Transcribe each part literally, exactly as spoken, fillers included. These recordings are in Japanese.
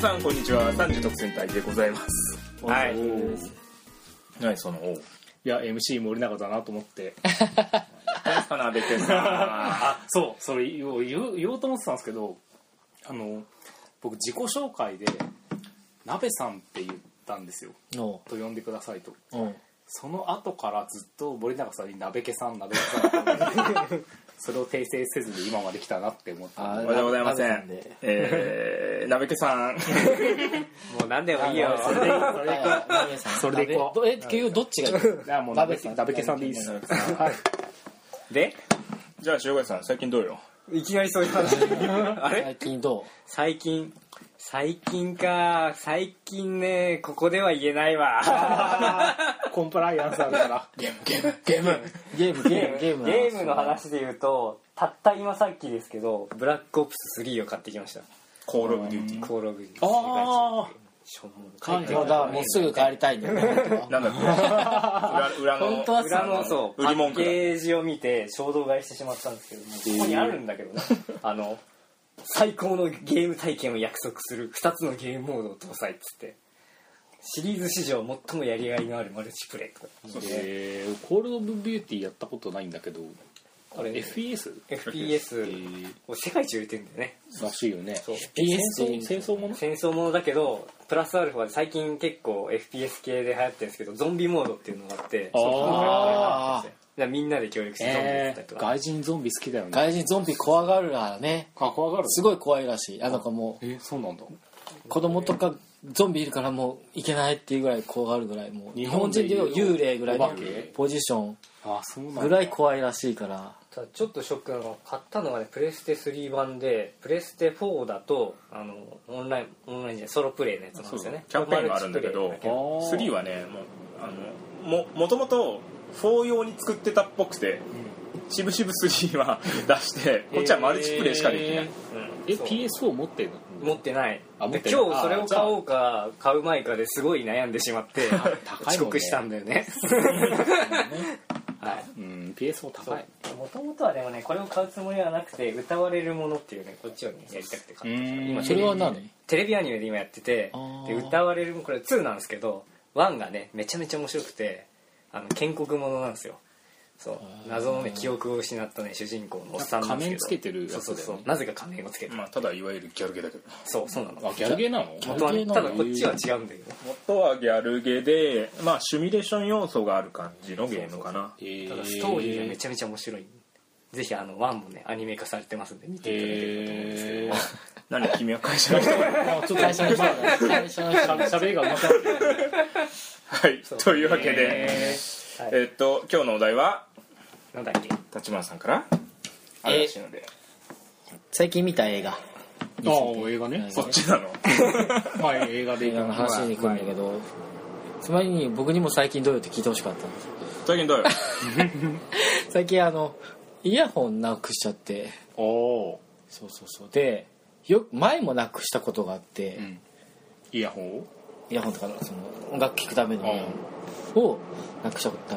さんこんにちは、さんじ特選隊でございます。はい。何そのおいや エムシー 森永だなと思って何すかなべけさんあ、そうそれ言おう、言おう、言おうと思ってたんですけど、あの僕自己紹介で鍋さんって言ったんですよと呼んでくださいと。その後からずっと森永さんに鍋けさん鍋けさんそれを訂正せずに今まで来たなって思ったおはようございません。えー、鍋けさんもう何でもいいよ。 それでそれでいこう。え、結局どっちがいい？あ、もう鍋鍋けさんでいいです。はい。 で、 じゃあ塩貝さん最近どうよ？ いきなりそういう話。あれ？ 最近どう？ 最近最近か最近ね、ここでは言えないわ。 コンプライアンスあるからゲームゲームゲームゲームゲームゲームゲームの話で言うと、たった今さっきですけどブラックオプススリーを買ってきました。 コールオブデューティー。 コールオブデューティー。 ああ買いだ、もうすぐ帰りたいんだよね。 なんだっけ裏の本当は裏のそうパッケージを見て衝動買いしてしまったんですけども、ここにあるんだけどね、あの最高のゲーム体験を約束するふたつのゲームモードを搭載っつって、シリーズ史上最もやりがいのあるマルチプレイとか。 えー、コールオブビューティーやったことないんだけど、あれ エフピーエス？ エフピーエス、えー、世界一売れてるんだよね。 らしいよね。 そうエフピーエス 戦争戦争もの？ 戦争ものだけどプラスアルファで最近結構 エフピーエス 系で流行ってるんですけど、ゾンビモードっていうのがあって、 ああみんなで協力してゾンビやったりとか、 えー、外人ゾンビ好きだよね。 外人ゾンビ怖がるからね。 あ、怖がる。 すごい怖いらしい。あのかもう、 えー、そうなんだ。 子供とかゾンビいるからもういけないっていうぐらい怖がるぐらい、もう日本人でいう幽霊ぐらいのポジションぐらい怖いらしいから。 ただちょっとショックなのが、買ったのがねプレステスリー版で、プレステフォーだとあのオンラインオンラインじゃないソロプレイのやつなんですよね。 キャンペーンがあるんだけど、スリーはねもうあのももともとフォー用に作ってたっぽくて、うん、しぶしぶスリーは出してこっちはマルチプレイしかできない。えーうん、 え ピーエスフォー 持ってるの？ 持ってない。 あ持って今日それを買おうか買う前かですごい悩んでしまって遅刻したんだよね。はい、 うん、ピーエスフォー 高い。 もともとはでもね、これを買うつもりはなくて、歌われるものっていうね、こっちをねやりたくて買ったんですよ。今それは何？ テレビアニメで今やってて、で歌われる、これツーなんですけど、ワンがねめちゃめちゃ面白くて、あの建国ものなんですよ。そう謎のね記憶を失ったね主人公のおっさんなんですけど、 仮面つけてるやつだよね。 そうそうそう、なぜか仮面をつけてる。 まあただいわゆるギャルゲだけど。 そうそうなの。 あ、ギャルゲなの？ 元はね、ただこっちは違うんだけど。 元はギャルゲで、まあシミュレーション要素がある感じのゲームかな。 そうそうそう、ただストーリーがめちゃめちゃ面白い。ぜひあのワンもねアニメ化されてますんで見ていただければと思うんですけど。 何君は会社の人？ちょっと会社の人だね。会社の人。 しゃべりがうまくなってる。 はい、というわけで、えっと今日のお題はなんだっけ？ 立花さんからあるらしいので、 最近見た映画。ああ、映画ね。 そっちなの？ はい、映画で映画の話に来るんだけど、つまりに僕にも最近どうよって聞いてほしかったんです。 最近どうよ？ 最近あのイヤホンなくしちゃって。 おお。 そうそうそう。で、よ前もなくしたことがあって、うん、 イヤホンを？ イヤホンとかその音楽聴くためのイヤホンをなくしたことがあって。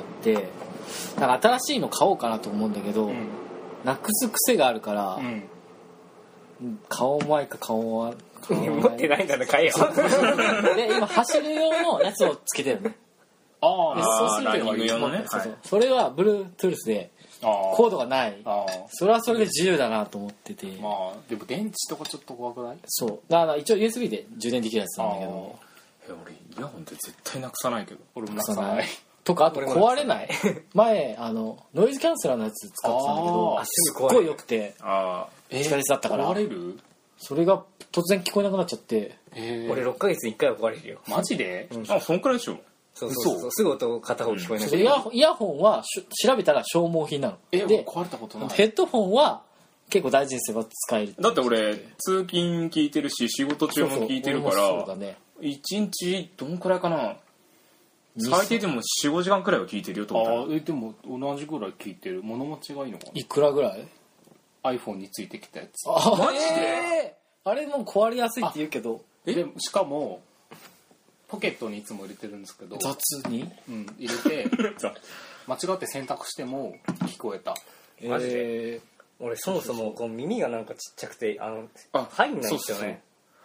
なんか新しいの買おうかなと思うんだけど、うん、なくす癖があるから、うん、買おうまいか買おうは持ってないんだね、買えよ。 で今走る用のやつをつけてるね。 ああ、そうすると用のね、そうそう、それは Bluetooth でコードがない。それはそれで自由だなと思ってて。 まあでも電池とかちょっと怖くない？ そう。だから一応 ユーエスビー で充電できるやつなんだけど。 え、俺イヤホンって絶対なくさないけど。 俺もなくさない。 とかあと壊れない。前あのノイズキャンセラーのやつ使ってたんだけど、すっごい良くて、 あ地下鉄だったから壊れる？ それが突然聞こえなくなっちゃって、 俺ろっかげつにいっかいは壊れるよ。 マジで？ あ、そんくらいでしょ。 そうそうそう、すぐ音片方聞こえない。 イヤイヤホンは調べたら消耗品なの。 え、で壊れたことない。 ヘッドホンは結構大事にすれば使える。 だって俺通勤聞いてるし仕事中も聞いてるから、 そうだね。 一日どんくらいかな。最低でも よん、ごじかんくらいは聞いてるよと思ったら。 あえでも同じぐらい聞いてる。物持ちがいいのかな。 いくらぐらい？ iPhone についてきたやつ。 あ、マジで？えー、あれも壊れやすいって言うけど。 えでしかもポケットにいつも入れてるんですけど、 雑に、 うん、入れて間違って選択しても聞こえた。 マジで、えー、俺そもそもこう耳がなんかちっちゃくてあの入んないんですよね。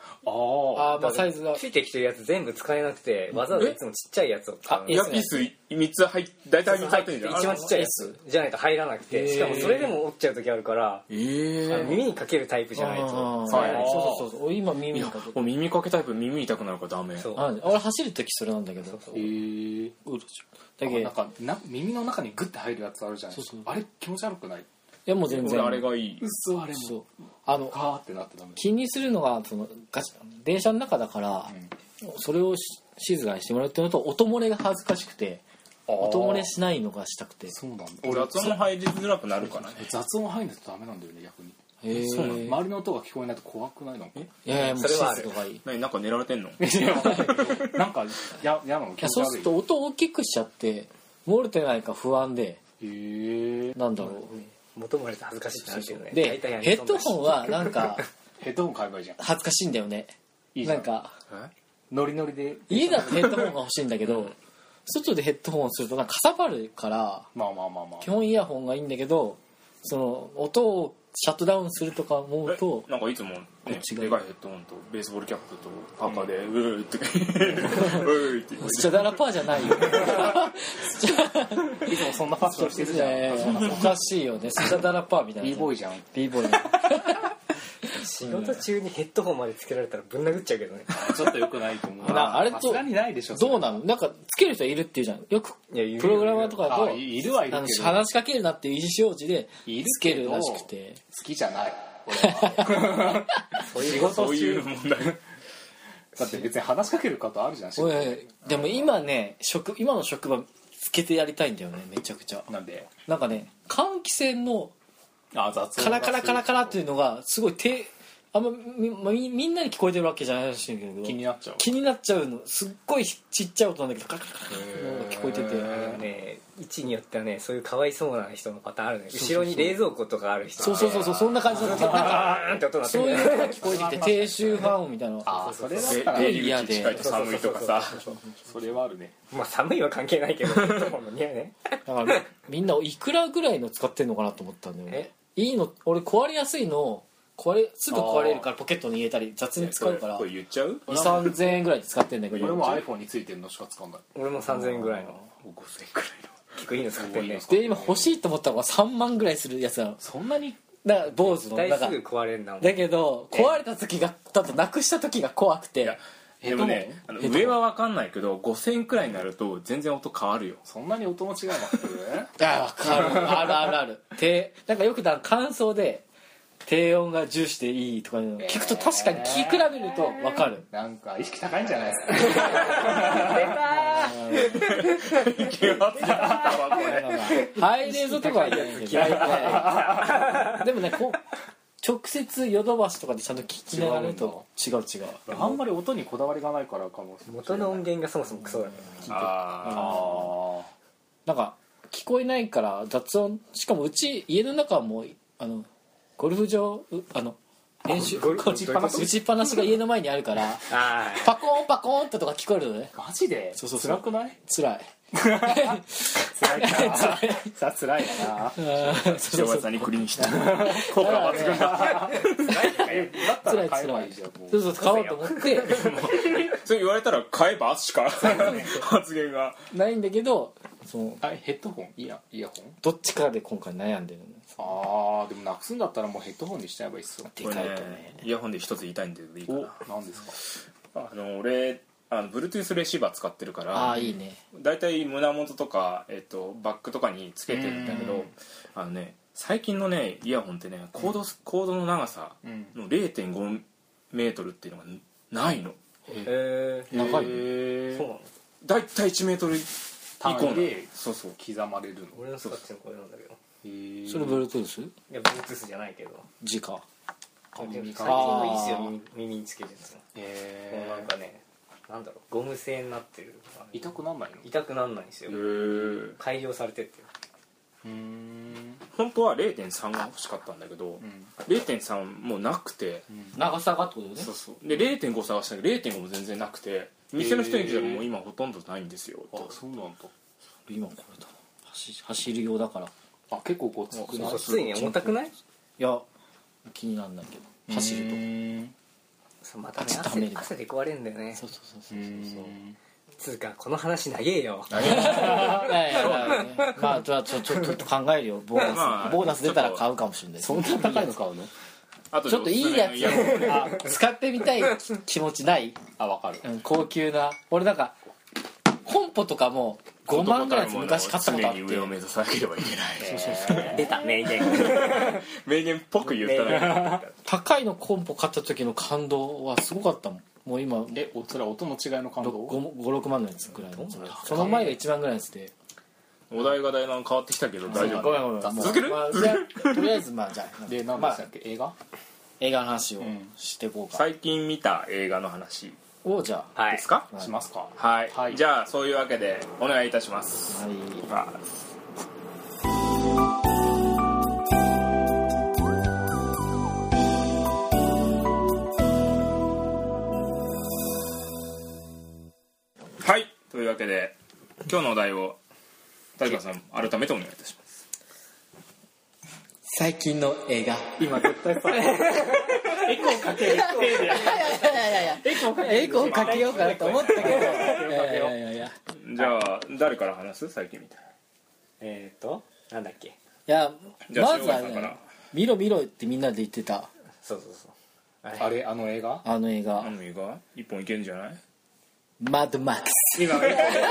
あああまあサイズがついてきてるやつ全部使えなくてわざわざいつもちっちゃいやつを使うイヤピースみっつ入っ大体みっつ入ってんじゃん。 一番ちっちゃいやつじゃないと入らなくて、しかもそれでも折っちゃう時あるから、 えー、 あの耳にかけるタイプじゃないと使えない。そうそうそう、俺今耳にかけてる。耳かけタイプ耳痛くなるからダメ。 そうあ俺走る時それなんだけど。 へえ。だけどなんかな耳の中にグッて入るやつあるじゃないですか。あれ気持ち悪くない？いやもう全然あれがいい。 嘘あれもあのカーってなってダメ。 気にするのがそのガチ電車の中だから、うん、それを静かにしてもらうっていうのと音漏れが恥ずかしくて音漏れしないのがしたくて。 そうなんだ。 俺雑音入りづらくなるからね。 雑音入るとダメなんだよね逆に。 へそうなの。周りの音が聞こえないと怖くないの？ いやいやもう静かがいい。 何なんか寝られてんの？ なんかややなの気持ち悪い。 そうすると音を大きくしちゃって漏れてないか不安で。 へえ。 なんだろう。 求まれて恥ずかしいってなるけどね。 でヘッドホンはなんかヘッドホン買えばいいじゃん。 恥ずかしいんだよね。いいなんかノリノリで家だとヘッドホンが欲しいんだけど外でヘッドホンするとなんかかさばるからまあまあまあまあ基本イヤホンがいいんだけどその音をシャットダウンするとか思うとなんかいつもねでかいヘッドホンとベースボールキャップとパーカーでうーってうーってスチャダラパーじゃないよいつもそんなファッションしてるじゃん。 おかしいよねスチャダラパーみたいな B ボーイじゃん。 B ボーイ仕事中にヘッドホンまでつけられたらぶん殴っちゃうけどね。 ちょっと良くないと思う。 なあれとさすがにないでしょ。 どうなのなんかつける人いるっていうじゃんよくプログラマーとかだといるはいるけど話しかけるなっていう意思表示でつけるらしくて好きじゃない俺は仕事中問題だって別に話しかけることあるじゃん。 でも今ね職今の職場つけてやりたいんだよねめちゃくちゃ。 なんでなんかね換気扇のあ雑音カラカラカラカラっていうのがすごい手あんま み, み, みんなに聞こえてるわけじゃないらしいんだけど気になっちゃう気になっちゃうのすっごいちっちゃい音なんだけどカラカラカラってのが聞こえててね位置によってはねそういうかわいそうな人のパターンあるね。後ろに冷蔵庫とかある人そうそうそうそうそんな感じのなんかーンって音鳴ってそうるいうのが聞こえてきて低周波音みたいなのあそれだっ出たら入り口近いと寒いとかさそれはあるね。 まあ寒いは関係ないけどヘッドホンのにはね。 だからみんないくらぐらいの使ってんのかなと思ったんだよね。いいの俺壊れやすいの壊れすぐ壊れるからポケットに入れたり雑に使うからこれ言っちゃうにさんぜんえんぐらいで使ってんだけど俺も iPhone についてるのしか使わない。 俺もさんぜんえんぐらいのごせんえんくらいの結構いいの使ってんね。 で今欲しいと思ったのがさんまんぐらいするやつなの。 そんなにだから坊主の大だからすぐ壊れんなもん。 だけど壊れた時がだとなくした時が怖くてでもねあの上は分かんないけどごせんえんくらいになると全然音変わるよ。 そんなに音の違いもあってるあ分かるあるあるある低なんかよくだ感想で低音が重視でいいとかいうの聞くと確かに聞き比べると分かる。 なんか意識高いんじゃないですか。 ハイレゾとかは嫌いけどでもねこう直接ヨドバシとかでちゃんと聞きながらると違う違う。 あんまり音にこだわりがないからかもしれない。 元の音源がそもそもクソだから聞いてああなんか聞こえないから雑音しかもうち家の中もあのゴルフ場あの練習打ちっぱなし打ちっぱなしが家の前にあるからパコーンパコーンってとか聞こえるのね。 マジでそうそうそう辛くない？ 辛い辛いかさあ辛いな。 幸せにクリーンして効果抜群だだったら買えばいいじゃん。もうそうそう買おうと思ってそれ言われたら買えばしか発言がないんだけどそのあヘッドホンイヤイヤホンどっちかで今回悩んでるんです。 ああでもなくすんだったらもうヘッドホンにしちゃえばいいっすよ。 でかいとねイヤホンで一つ言いたいんだけどいいかな。 お何ですあの俺あの Bluetooth レシーバー使ってるからああいいねだいたい胸元とか、えっと、バックとかにつけてるんだけどあのね最近のねイヤホンってねコード、コードの長さの れいてんごメートルっていうのがないの。 へえ長いーそうなの。 だいたいいちメートル以降単位でそうそう刻まれるの。 俺の使ってるのこれなんだけど。 それ Bluetooth？ いや Bluetooth じゃないけど直最近のいいっすよ耳耳につけてるの。 へもうなんかねなんだろうゴム製になってる。 痛くなんないの？ 痛くなんないんですよ。改良されてってうーん本当は れいてんさん が欲しかったんだけど、うん、れいてんさん もうなくて、 うん、 長さがってことね。 そうそうで れいてんご 探したけど れいてんご も全然なくて店の人に聞いたらもう今ほとんどないんですよ。 あそうなんだ。 今これだ走走る用だからあ結構こうつくな。 ついに重たくない？ いや気にならないけど走るとそうまたね汗汗で壊れるんだよね。 そうそうそうそうそうつうかこの話長えよ。 いやいやいやまあじゃあちょちょちょっと考えるよ。ボーナス、まあ、ボーナス出たら買うかもしれない。 そんな高いの買うの？ あとちょっといいやつ使ってみたい気持ちない？ あ、わかる、 うん、高級な。俺なんかコンポとかもごまんぐらい昔買ったことあって、 常に上を目指さなければいけない。 そうそうそう出た名言名言っぽく言ったら高いのコンポ買った時の感動はすごかったもん。もう今え、おそれは音の違いの感動？ ごろくまんのやつぐらいの。その前がいちまんぐらいのやつで。 お題がだいぶ変わってきたけど大丈夫？ ごめんごめん。 続ける？ まあ、じゃあとりあえずまあじゃあで何でしたっけ、まあ、映画？ 映画の話をしていこうか。 最近見た映画の話をじゃあ、 はい、ですか？ しますか。 はい、 はい、 じゃあそういうわけでお願いいたします。 はい。 はい、というわけで今日のお題を田島さん改めてお願いいたします。 最近の映画。 今絶対さエコーかける手でいやいやいやいやエコーかけエコーかけようかなと思ったけどいやいやいやいやじゃあ誰から話す？最近見たえっとなんだっけ。いやじゃあまずはね見ろ見ろってみんなで言ってたそうそうそうあれあの映画あの映画あの映画一本いけるんじゃない？ マッドマックス。 今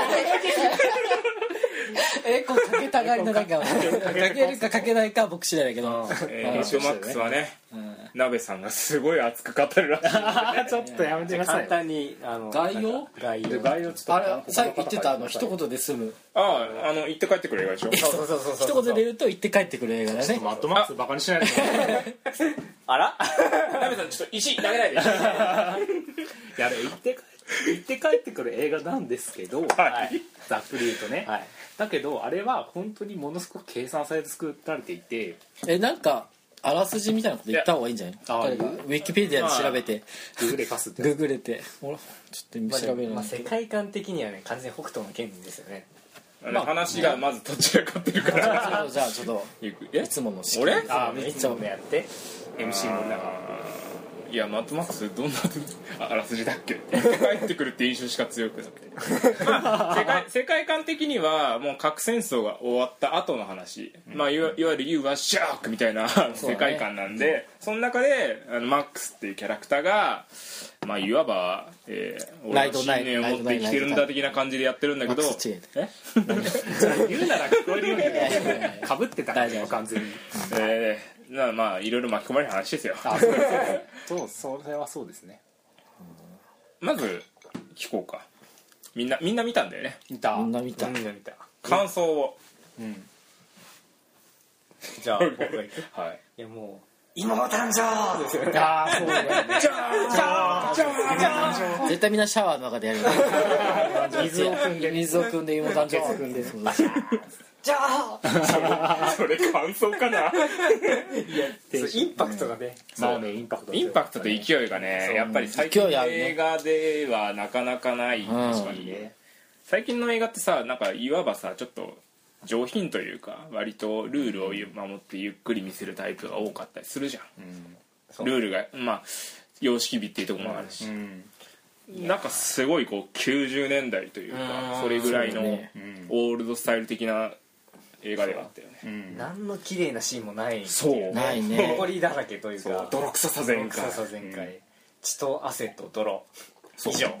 エコかけたがりなだけはかけるかかけないか僕次第だけど、 えー、マッドマックスはね、なべさんがすごい熱く語るらしいちょっとやめてください。 簡単にあの概要概要概要ちょっとあれさっき言ってたあの一言で済むあああの行って帰ってくる映画でしょ。 そうそうそうそう一言で言うと行って帰ってくる映画だね。 マッドマックスバカにしないであらなべさんちょっと石投げないで。 やれ行って行って帰ってくる映画なんですけど、 はい、 ざっくり言うとね、 はい、 だけどあれは本当にものすごく計算されて作られていて、 えなんかあらすじみたいなこと言った方がいいんじゃない？誰かウィキペディアで調べてググレカスってググれてほらちょっと調べるの、 まあ、世界観的にはね完全に北斗の拳ですよね。 まあ、話がまずどちらかってるからじゃあちょっといつもの式俺あいつものやってエムシー の中いやマッドマックスどんなあらすじだっけ帰ってくるって印象しか強くなくてまあ世界世界観的にはもう核戦争が終わった後の話、うんまあ、いわ, いわゆる You are Shark みたいな、ね、世界観なんでその中であのマックスっていうキャラクターがまあいわば、えー、俺は信念を持って生きてるんだ的な感じでやってるんだけどえ言うなら聞こえるようにかぶってたから完全にえーなまあいろいろ巻き込まれる話ですよ。 あそうそうそれはそうですね。 まず聞こうか。みんなみんな見たんだよね。 見たみんな見たみんな見た感想を、うん、 じゃあ僕が言ってはいいやもう妹誕生ですよね。 ああそうだよね。 じゃーじゃーじゃー絶対みんなシャワーの中でやる水を汲んで水を汲んで妹誕生汲んでじゃあそれ感想かな。いやインパクトがね、 まあねインパクトインパクトと勢いがねやっぱり最近の映画ではなかなかないし、最近の映画ってさなんかいわばさちょっと上品というか割とルールを守ってゆっくり見せるタイプが多かったりするじゃん、うん、ルールがまあ様式美っていうところもあるし、うんうん、なんかすごいこうきゅうじゅうねんだいというかそれぐらいのオールドスタイル的な映画ではあったよね、 うん、何の綺麗なシーンもないそうないね埃だらけというか泥臭さ全開、 全開、うん、血と汗と泥以上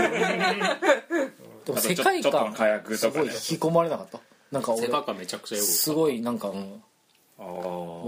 でも世界観すごい引き込まれなかった？なんか世界観めちゃくちゃよすごいなんか、うん、あ、うん、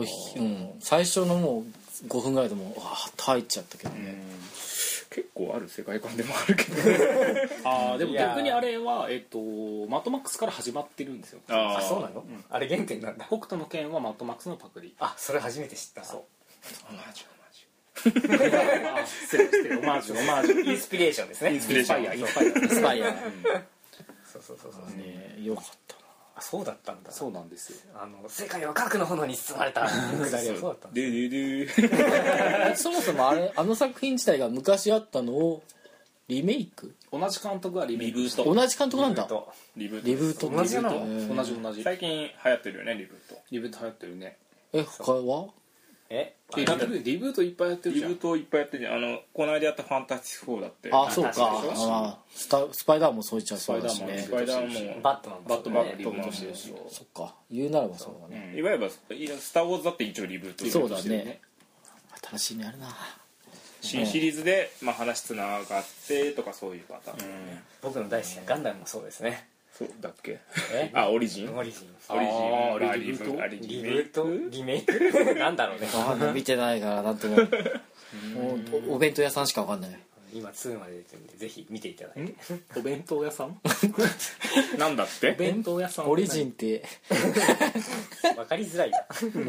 最初のもうごふんぐらいでもうわーっと入っちゃったけどね、うん、 結構ある世界観でもあるけどあでも逆にあれは、えっと、マッドマックスから始まってるんですよ。 ああそうなの、うん、あれ原点なんだ。 北斗の拳はマッドマックスのパクリ。 あそれ初めて知った。そうオマージュオマージュオマージュインスピレーションですね。 インスピレーションインスパイアインスパイアそうそうそうそうねよかったな。 あそうだったんだ。 そうなんですよ。 あの世界は核の炎に包まれたくだりはそうだったんでででそもそもあれあの作品自体が昔あったのをリメイク同じ監督がリメイクリブート同じ監督なんだ。 リブートリブート同じなの同じ同じ最近流行ってるよねリブート。 リブート流行ってるね。 え他はえリブリブートいっぱいやってるじゃん。 リブートいっぱいやってるじゃん。あのこの間やったファンタスティックフォーだって。 あそうか。あスタスパイダーもそういっちゃそうだしね。 スパイダーもバットマンバットマンリブートしてるし。 そっか。言うならばそうだね。 いわゆるスター・ウォーズだって一応リブートそうだね。新しいのやるな。 新シリーズでまあ話つながってとかそういうパターン。 僕の大好きなガンダムもそうですね。 そうだっけ？ えあオリジン？ オリジン。 オリジン。 あリブート？ リブート？リメイク？なんだろうね。 あ見てないからなんとも。もうお弁当屋さんしかわかんない。 今ツーまで出てるんでぜひ見ていただいて。 お弁当屋さん？ なんだって？ お弁当屋さん。 オリジンってわかりづらいな。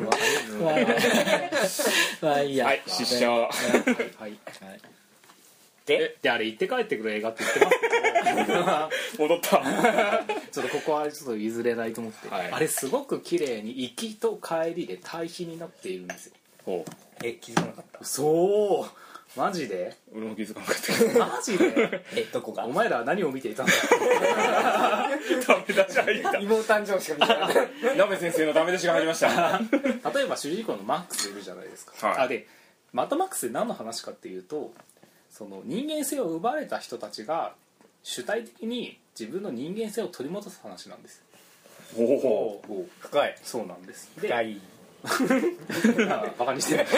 まあいいや。 はい失笑。 はい。 で、 であれ行って帰ってくる映画って言ってますけど戻った。 ちょっとここはちょっと譲れないと思って、はい、あれすごく綺麗に行きと帰りで対比になっているんですよ。 ほう。 え気づかなかった。 そうマジで？ 俺も気づかなかったマジで？ えどこが？ お前らは何を見ていたんだ？ ダメ出し入った。 妹誕生しか見てない。 鍋先生のダメ出しが入りました。 例えば主人公のマックスいるじゃないですか、はい、あでマッドマックスで何の話かっていうと、その人間性を奪われた人たちが主体的に自分の人間性を取り戻す話なんですよ。 おお深い。 そうなんです。で深い。 バカにしてない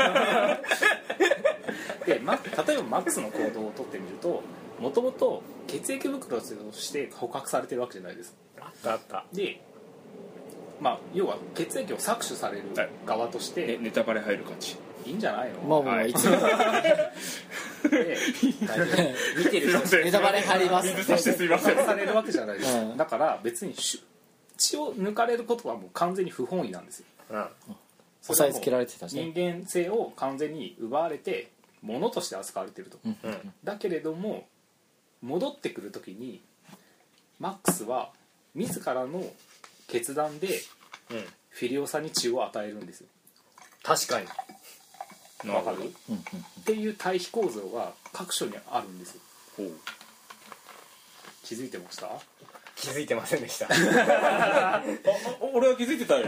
で、ま、例えばマックスの行動をとってみると、もともと血液袋として捕獲されてるわけじゃないです。 あったあった。 で、まあ、要は血液を搾取される側として、 ね、ネタバレ入る感じいいんじゃないの？ まあもう、はい、いつもで見てる人ネタバレ入ります。 させてすいません。 されるわけじゃないですか、 うん、 だから別に血を抜かれることはもう完全に不本意なんですよ、 うん、 押さえつけられてたし、 ね、人間性を完全に奪われて物として扱われてると、 うん、 だけれども戻ってくる時にマックスは自らの決断でフィリオサに血を与えるんですよ。 確かに。 わかる？ うんうん、 っていう対比構造が各所にあるんですよ。 ほう。 気づいてました？ 気づいてませんでした。 あ俺は気づいてたよ。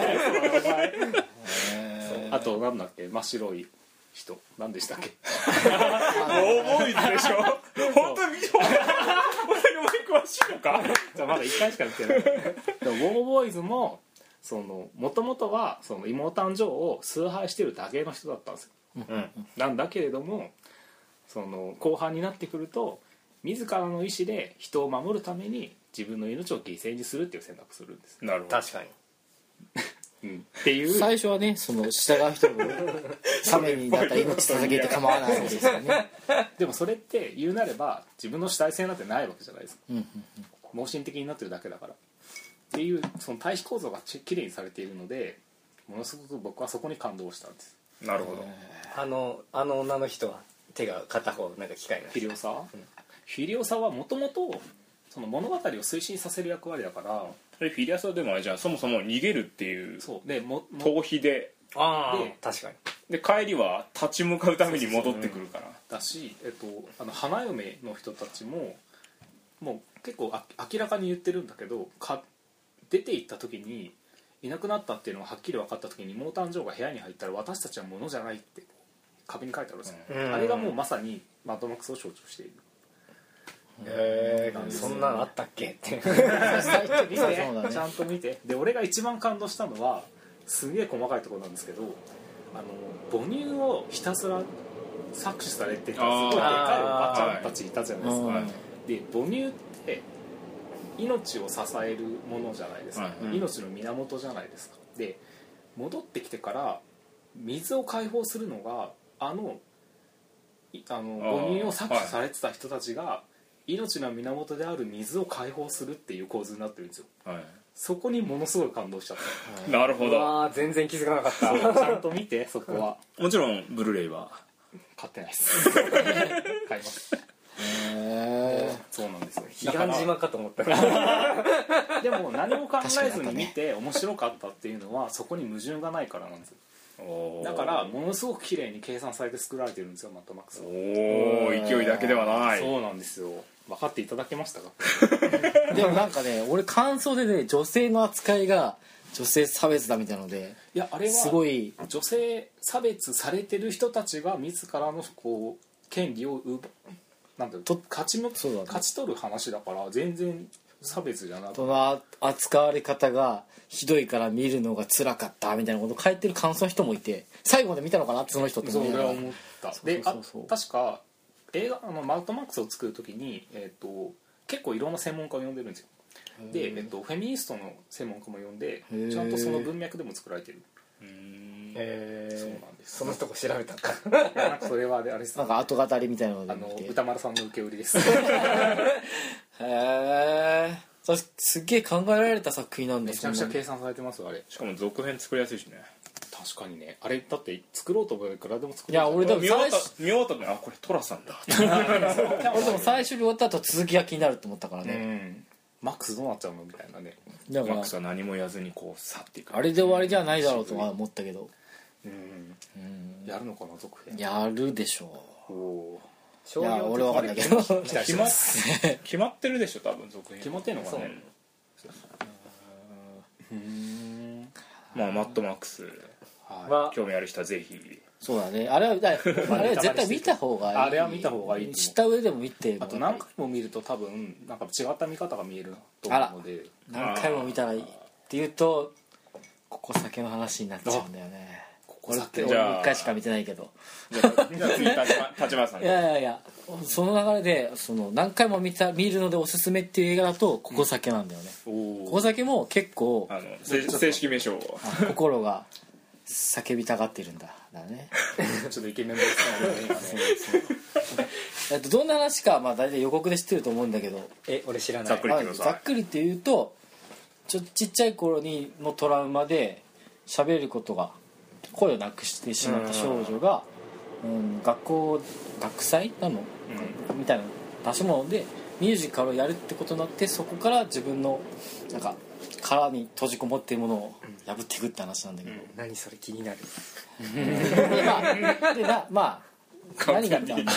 あとなんだっけ、真っ白い人何でしたっけ？ ボーボーイズでしょ。本当に見てもら俺が詳しいのか？ じゃあまだいっかいしか見てない。でもウォーボーイズもその元々はその妹誕生を崇拝してるだけの人だったんですよ、うん、なんだけれどもその後半になってくると自らの意思で人を守るために自分の命を犠牲にするっていう選択をするんです。 なるほど。 確かに。 うん、っていう最初はねその従う人のためにだったら命捧げて構わないんですよね。 でもそれって言うなれば自分の主体性なんてないわけじゃないですか、 うんうんうん、盲信的になってるだけだからっていうその対比構造がきれいにされているのでものすごく僕はそこに感動したんです。 なるほど。 あのあの女の人は手が片方なんか機械のフィリオサ、うん、フィリオサはもともとその物語を推進させる役割だからフィリアサでもあれじゃん、そもそも逃げるっていうそうでも逃避であで確かにで帰りは立ち向かうために戻ってくるからだし、えっと、あの花嫁の人たちももう結構あ明らかに言ってるんだけどか出て行った時にいなくなったっていうのがはっきり分かった時に妹誕生が部屋に入ったら私たちは物じゃないって壁に書いてあるんですよ、うん、あれがもうまさにマッドマックスを象徴している。 へえー、そんなのあったっけって見てちゃんと見て。で俺が一番感動したのはすげえ細かいところなんですけど、あの母乳をひたすら搾取されてたすごいでかいおばちゃんたちいたじゃないですか、はい、で母乳って命を支えるものじゃないですか、はい、命の源じゃないですか。で戻ってきてから水を解放するのがあのあの母乳を搾取されてた人たちが命の源である水を解放するっていう構図になってるんですよ、はい、そこにものすごい感動しちゃった、 はい、なるほど。 あ全然気づかなかったちゃんと見てそこはもちろんブルーレイは買ってないです買いますへえそうなんですよ。 彼岸島かと思ったでも何も考えずに見て面白かったっていうのはそこに矛盾がないからなんですよ。だからものすごく綺麗に計算されて作られてるんですよマッドマックスは。 おお勢いだけではない。 そうなんですよ。分かっていただけましたか？ でもなんかね俺感想でね女性の扱いが女性差別だみたいなので、 いやあれはすごい女性差別されてる人たちが自らのこう権利を奪なんだろうと勝ちのそうだね勝ち取る話だから全然差別じゃなくてその扱われ方がひどいから見るのが辛かったみたいなことを書いてる感想の人もいて、最後まで見たのかなってその人ってそう思いながら俺は思ったそうであそうそうそう確か映画あのマッドマックスを作る時に、えー、と結構いろんな専門家を呼んでるんですよで、えー、とフェミニストの専門家も呼んでーちゃんとその文脈でも作られてるえー、 そうなんですそのとこ調べたんかなんかそれはあれですなんか後語りみたいなのであの見て、 歌丸さんの受け売りですへえすっげえ考えられた作品なんだめちゃくちゃそんなに計算されてますあれしかも続編作りやすいしね。 確かにねあれだって作ろうと思えばいくらでも作いや俺でも見終わった最初見終わったね、あこれトラさんだ俺でも最初に終わった後続きが気になると思ったからうね、 んマックスどうなっちゃうのみたいなねだからマックスは何も言わずにこう去っていく。 あれで終わりじゃないだろうとは思ったけど、 うんうん、 やるのかな続編やるでしょおおう。いや俺は分かんないけど期待してま決ます決まってるでしょ多分続編。 決まってんのかねうんまあマッドマックスはいは興味ある人はぜひ。 そうだねあれはだあれは絶対見た方がいい、 あれは見た方がいいと思う知った上でも見てあと何回も見ると多分なんか違った見方が見えると思うので何回も見たらいいっていうとここ酒の話になっちゃうんだよね。俺ってじゃあ俺もいっかいしか見てないけど、 じゃあじゃあ次立花立花さんいやいやいやその流れでその何回も見た見るのでおすすめっていう映画だとここ酒なんだよね、 おここ酒も結構あの正正式名称をあ心が叫びたがっているんだだねちょっとイケメンボイスなので今ねえっとどんな話かまあ大体予告で知ってると思うんだけど、 え俺知らないざっくりまあざっくりって言うとちょちっちゃい頃にのトラウマで喋ることが声をなくしてしまった少女が、うん、学校学祭なの、うん、みたいな出し物でミュージカルをやるってことになって、そこから自分のなんか殻に閉じこもっているものを破っていくって話なんだけど、うん、 何それ気になるでまあでなまあ何があったんだ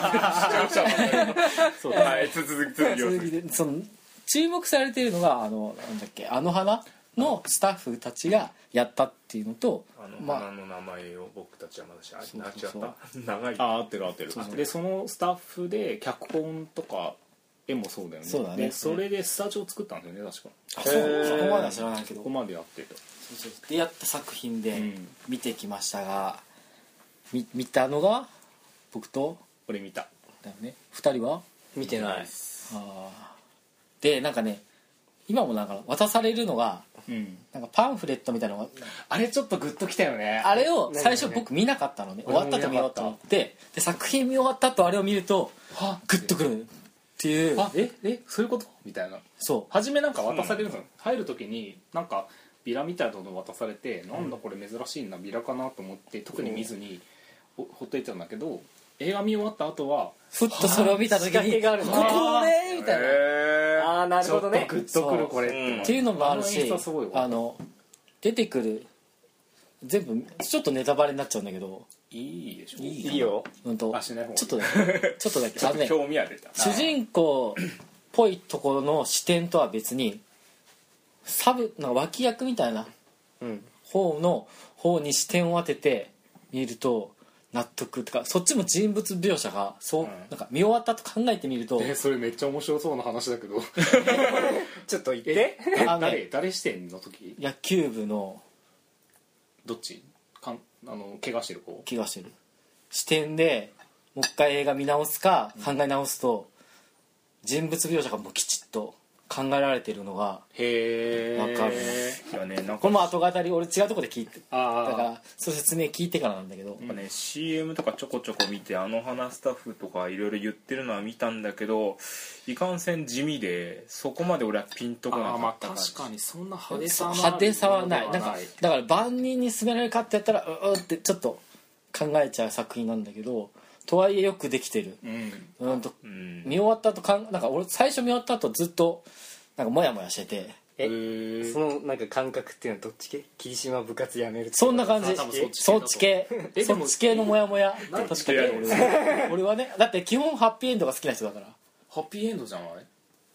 そうはい続き続きを続きでその注目されているのがあのなんだっけあの花のスタッフたちがやったっていうのと、 あのまあ花の名前を僕たちはまだ知らない。 そうそうそう違った長い。 あ合ってる合ってるでそのスタッフで脚本とか絵もそうだよねそうだねでそれでスタジオを作ったんですよね確かあそうそこまでは知らないけどここまでやってたそうそうでやった作品でうん見てきましたが、み見たのが僕とこれ見ただよねふたりは見てないあーでなんかね今もなんか渡されるのがうんなんかパンフレットみたいなのがあれちょっとグッときたよねあれを最初僕見なかったのね終わったと見ようと思ってで作品見終わった後あれを見るとはグッとくるっていうあええそういうことみたいなそ初めなんか渡されるの入る時になんかビラみたいなの渡されて、なんだこれ珍しいなビラかなと思って特に見ずにほほっといてたんだけど映画見終わった後はうふっとそれを見た時仕掛けにがあるのここねみたいなへああなるほどねグッとくるこれってうんっていうのもあるあの演し出はすごいわあの出てくる全部ちょっとネタバレになっちゃうんだけどいいでしょいいいようんとあしない方がいいちょっとだけちょっとだけちょっとあのね興味は出た。 主人公っぽいところの視点とは別にサブなんか脇役みたいなうん方の方に視点を当てて見ると納得とかそっちも人物描写がそう、 うんなんか見終わったと考えてみるとえそれめっちゃ面白そうな話だけどちょっと言ってあのね誰誰視点の時野球部のどっちかんあの怪我してる子気がしてる視点でもう一回映画見直すか考え直すと、人物描写がもうきちっと考えられてるのがへえわかるいやねなんかこれも後語り俺違うとこで聞いてああだからその説明聞いてからなんだけど、 なんかね シーエム とかちょこちょこ見てあの花スタッフとかいろいろ言ってるのは見たんだけどいかんせん地味でそこまで俺はピンとこなあーまあかった感じ。 確かにそんな派手さのある派手さはないものでなんかだから万人に勧められるかってやったらううってちょっと考えちゃう作品なんだけどとはいえよくできてるうんうんとうん見終わった後かんなんか俺最初見終わった後ずっとなんかモヤモヤしててえへーそのなんか感覚っていうのはどっち系霧島部活やめるってそんな感じ多分そっち系えでもそっち系のモヤモヤなん確かに俺は俺はねだって基本ハッピーエンドが好きな人だからハッピーエンドじゃないえ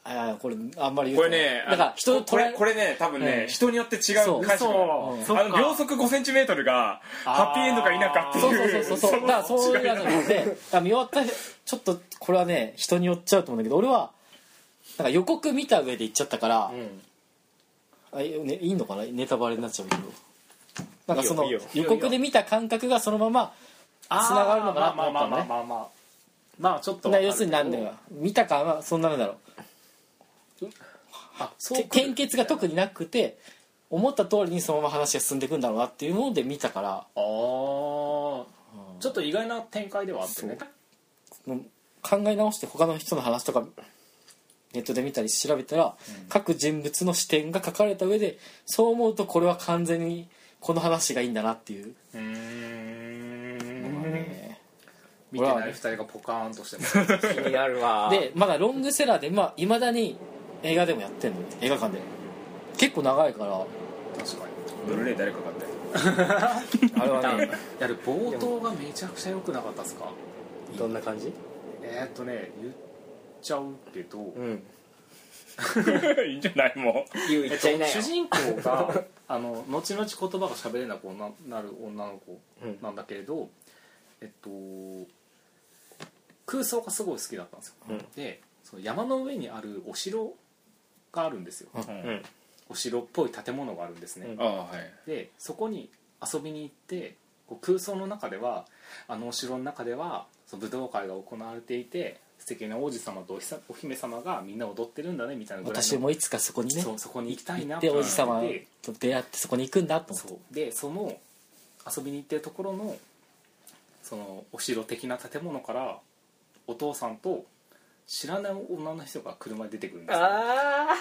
あこれあんまり言うとこれねだから人これこれね多分ね、うん、人によって違う解釈があの秒速ごセンチメートルがハッピーエンドか否かっていうそうそうそうそうだからそういうので見終わったちょっとこれはね人によっちゃうと思うんだけど俺はなんか予告見た上で言っちゃったから、うん、あ、ね、いいのかなネタバレになっちゃうけどなんかその予告で見た感覚がそのままつながるのかなと思ったのね。まあまあまあまあまあまあちょっと要するに何だよ見た感はそんなのだろうあそう献血が特になくて思った通りにそのまま話が進んでいくんだろうなっていうので見たからああ、うん、 ちょっと意外な展開ではあってね考え直して他の人の話とかネットで見たり調べたら、うん、各人物の視点が書かれた上でそう思うとこれは完全にこの話がいいんだなっていううーん、 ね、見てないふたりがポカーンとしても気になるわでまだロングセラーでいまだに映画でもやってんの映画館で結構長いから確かにブルーレイ誰か買ってあれはねやる冒頭がめちゃくちゃ良くなかったですかどんな感じえー、っとね言っちゃうけど、うん、 いいんじゃないもう言っちゃいないよ、えっと、主人公があの後々言葉が喋れなくなる女の子なんだけれど、うん、えっと空想がすごい好きだったんですよ、うん、でその山の上にあるお城があるんですよ、うん、お城っぽい建物があるんですね、うん、はい、でそこに遊びに行ってこう空想の中ではあのお城の中ではその武道会が行われていて素敵な王子様とお姫様がみんな踊ってるんだねみたいなぐらいの私もいつかそこにねそうそこに行きたいなって王子様と出会ってそこに行くんだと思ってそうでその遊びに行ってるところのそのお城的な建物からお父さんと知らない女の人が車で出てくるんですよ。ああ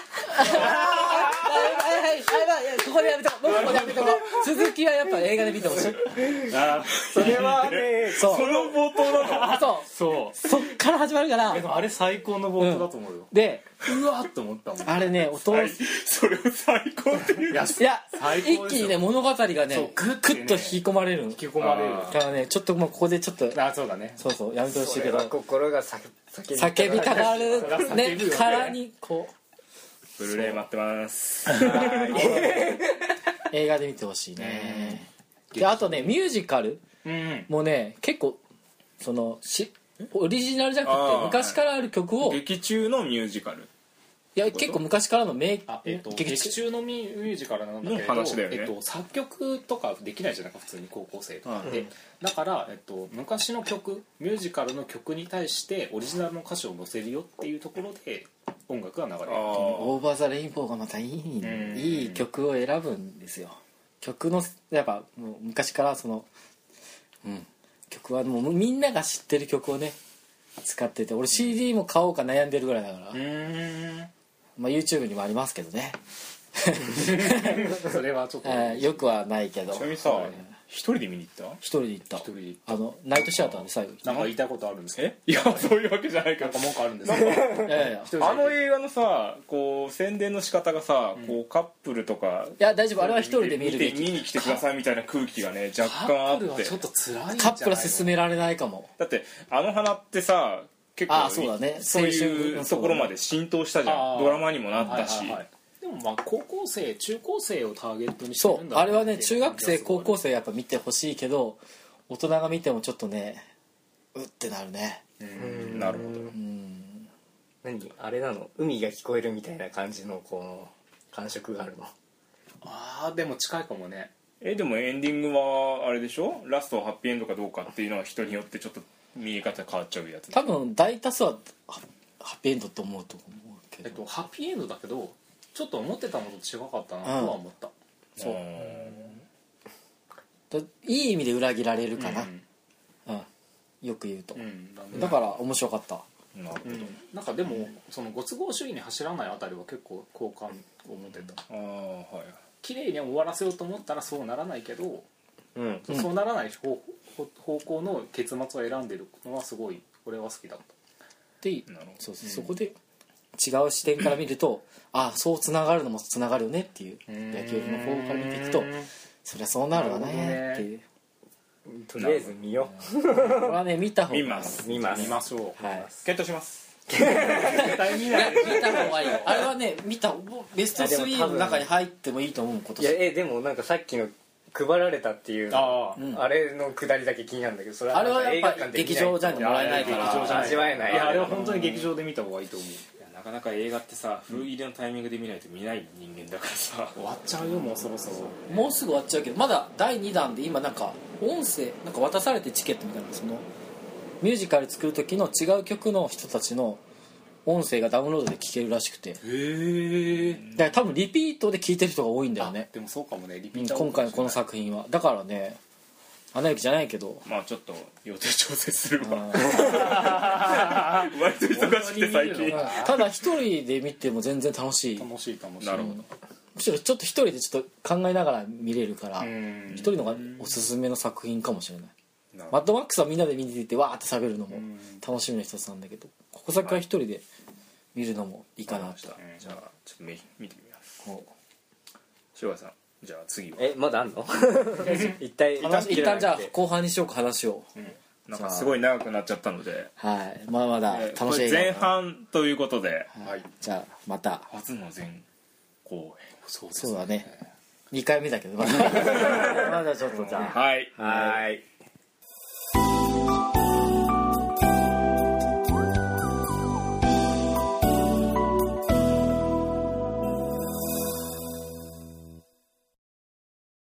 ここでやめとこうここでやめとこう続きはやっぱ映画で見てほしいあそれはねそうその冒頭なのそうそうそっから始まるからあれ最高の冒頭だと思うよ、 うん、でうわっと思ったもんあれねお父さんそれを最高っていういや一気にね物語がねクッと引き込まれる引き込まれるからねちょっともうここでちょっとあそうだねそうそうやめてほしいけど心が叫叫びたがるねからにこうブルーレイ待ってます映画で見てほしいねであとねミュージカルもね結構そのしオリジナルじゃなくて昔からある曲を劇中のミュージカルいや結構昔からの名、 えっと、劇中のミュージカルなんだけど話だよね、 えっと、作曲とかできないじゃないか普通に高校生とかで、うん、だから、えっと、昔の曲ミュージカルの曲に対してオリジナルの歌詞を載せるよっていうところで音楽が流れるオーバーザレインボーがまたいい、いい曲を選ぶんですよ曲のやっぱもう昔からその、うん、曲はもうみんなが知ってる曲をね使ってて俺 シーディー も買おうか悩んでるぐらいだからうんまあ YouTube にもありますけどねそれはちょっと、 えー、よくはないけどちなみにさ一人で見に行った一人で行った一人で行ったあのナイトシアターで最後なんか言いたいことあるんですかえいやそういうわけじゃないけどなんか文句あるんですかいやいやあの映画のさこう宣伝の仕方がさ、うん、こうカップルとかいや大丈夫あれは一人で見るべき見に来てくださいみたいな空気がね若干あってカップルはちょっと辛いんじゃないのカップルは進められないかもだってあの花ってさ結構あそうだねそういうところまで浸透したじゃんドラマにもなったし、はいはいはいでもまあ高校生中高生をターゲットにしてるんだそうあれはね中学生高校生やっぱ見てほしいけど大人が見てもちょっとねうってなるねうんなるほどうん何あれなの海が聞こえるみたいな感じのこう感触があるのあーでも近いかもねえでもエンディングはあれでしょラストはハッピーエンドかどうかっていうのは人によってちょっと見え方変わっちゃうやつ多分大多数はハッピーエンドって思うと思うけど、 えっと、ハッピーエンドだけどちょっと思ってたのと違かったなとは思った、うん、そうだいい意味で裏切られるかな、うんうん、よく言うと、うん、だ, だから面白かったなるほど、うん、なんかでもそのご都合主義に走らないあたりは結構好感を持ってた、うん、あ、はい、綺麗に終わらせようと思ったらそうならないけど、うん、そうならない方, 方向の結末を選んでるのはすごい俺は好きだったでそうそう、うん、そこで違う視点から見るとああそうつながるのもつながるよねっていう野球の方から見ていくとそりゃそうなるわねっていう、 とりあえず見ようこれはね見た方が見ます見ます見ましょう、 はい、検討します絶対見ない見た方がいいあれはね見たベストスリーの中に入ってもいいと思う今年。 いやえでもなんかさっきの配られたっていう あ,、 うん、 あれのくだりだけ気になるんだけど、それはあれはやっぱ劇場じゃもらえないから劇場じゃ味わえない。 いやあれは本当に劇場で見た方がいいと思う。いやなかなか映画ってさ封入れのタイミングで見ないと見ない人間だからさ終わっちゃうよもうそろそろ。 もうすぐ終わっちゃうけどまだだいにだんで今なんか音声なんか渡されてチケットみたいなそのミュージカル作る時の違う曲の人たちの音声がダウンロードで聴けるらしくて、へえ。 だから多分リピートで聴いてる人が多いんだよね。 でもそうかもねリピート今回のこの作品はだからねアナ雪じゃないけどまあちょっと予定調整するわ割と忙しくて最近ただ一人で見ても全然楽しい楽しい楽しい。 なるほど。 むしろちょっと一人でちょっと考えながら見れるから一人のがおすすめの作品かもしれない。マッドマックスはみんなで見に行ってわーって喋るのも楽しみの一つなんだけどここ先は一人で見るのもいいかなと。 じゃあちょっと見てみます塩川さんじゃあ次はえまだあんの一体一旦じゃあ後半にしようか話を、 うん、なんかすごい長くなっちゃったのではいまだまだ楽しい、 えー、前半ということで、 はい、じゃあまた初の前公演そうですねそうだねにかいめだけどまだまだちょっとじゃあはいはい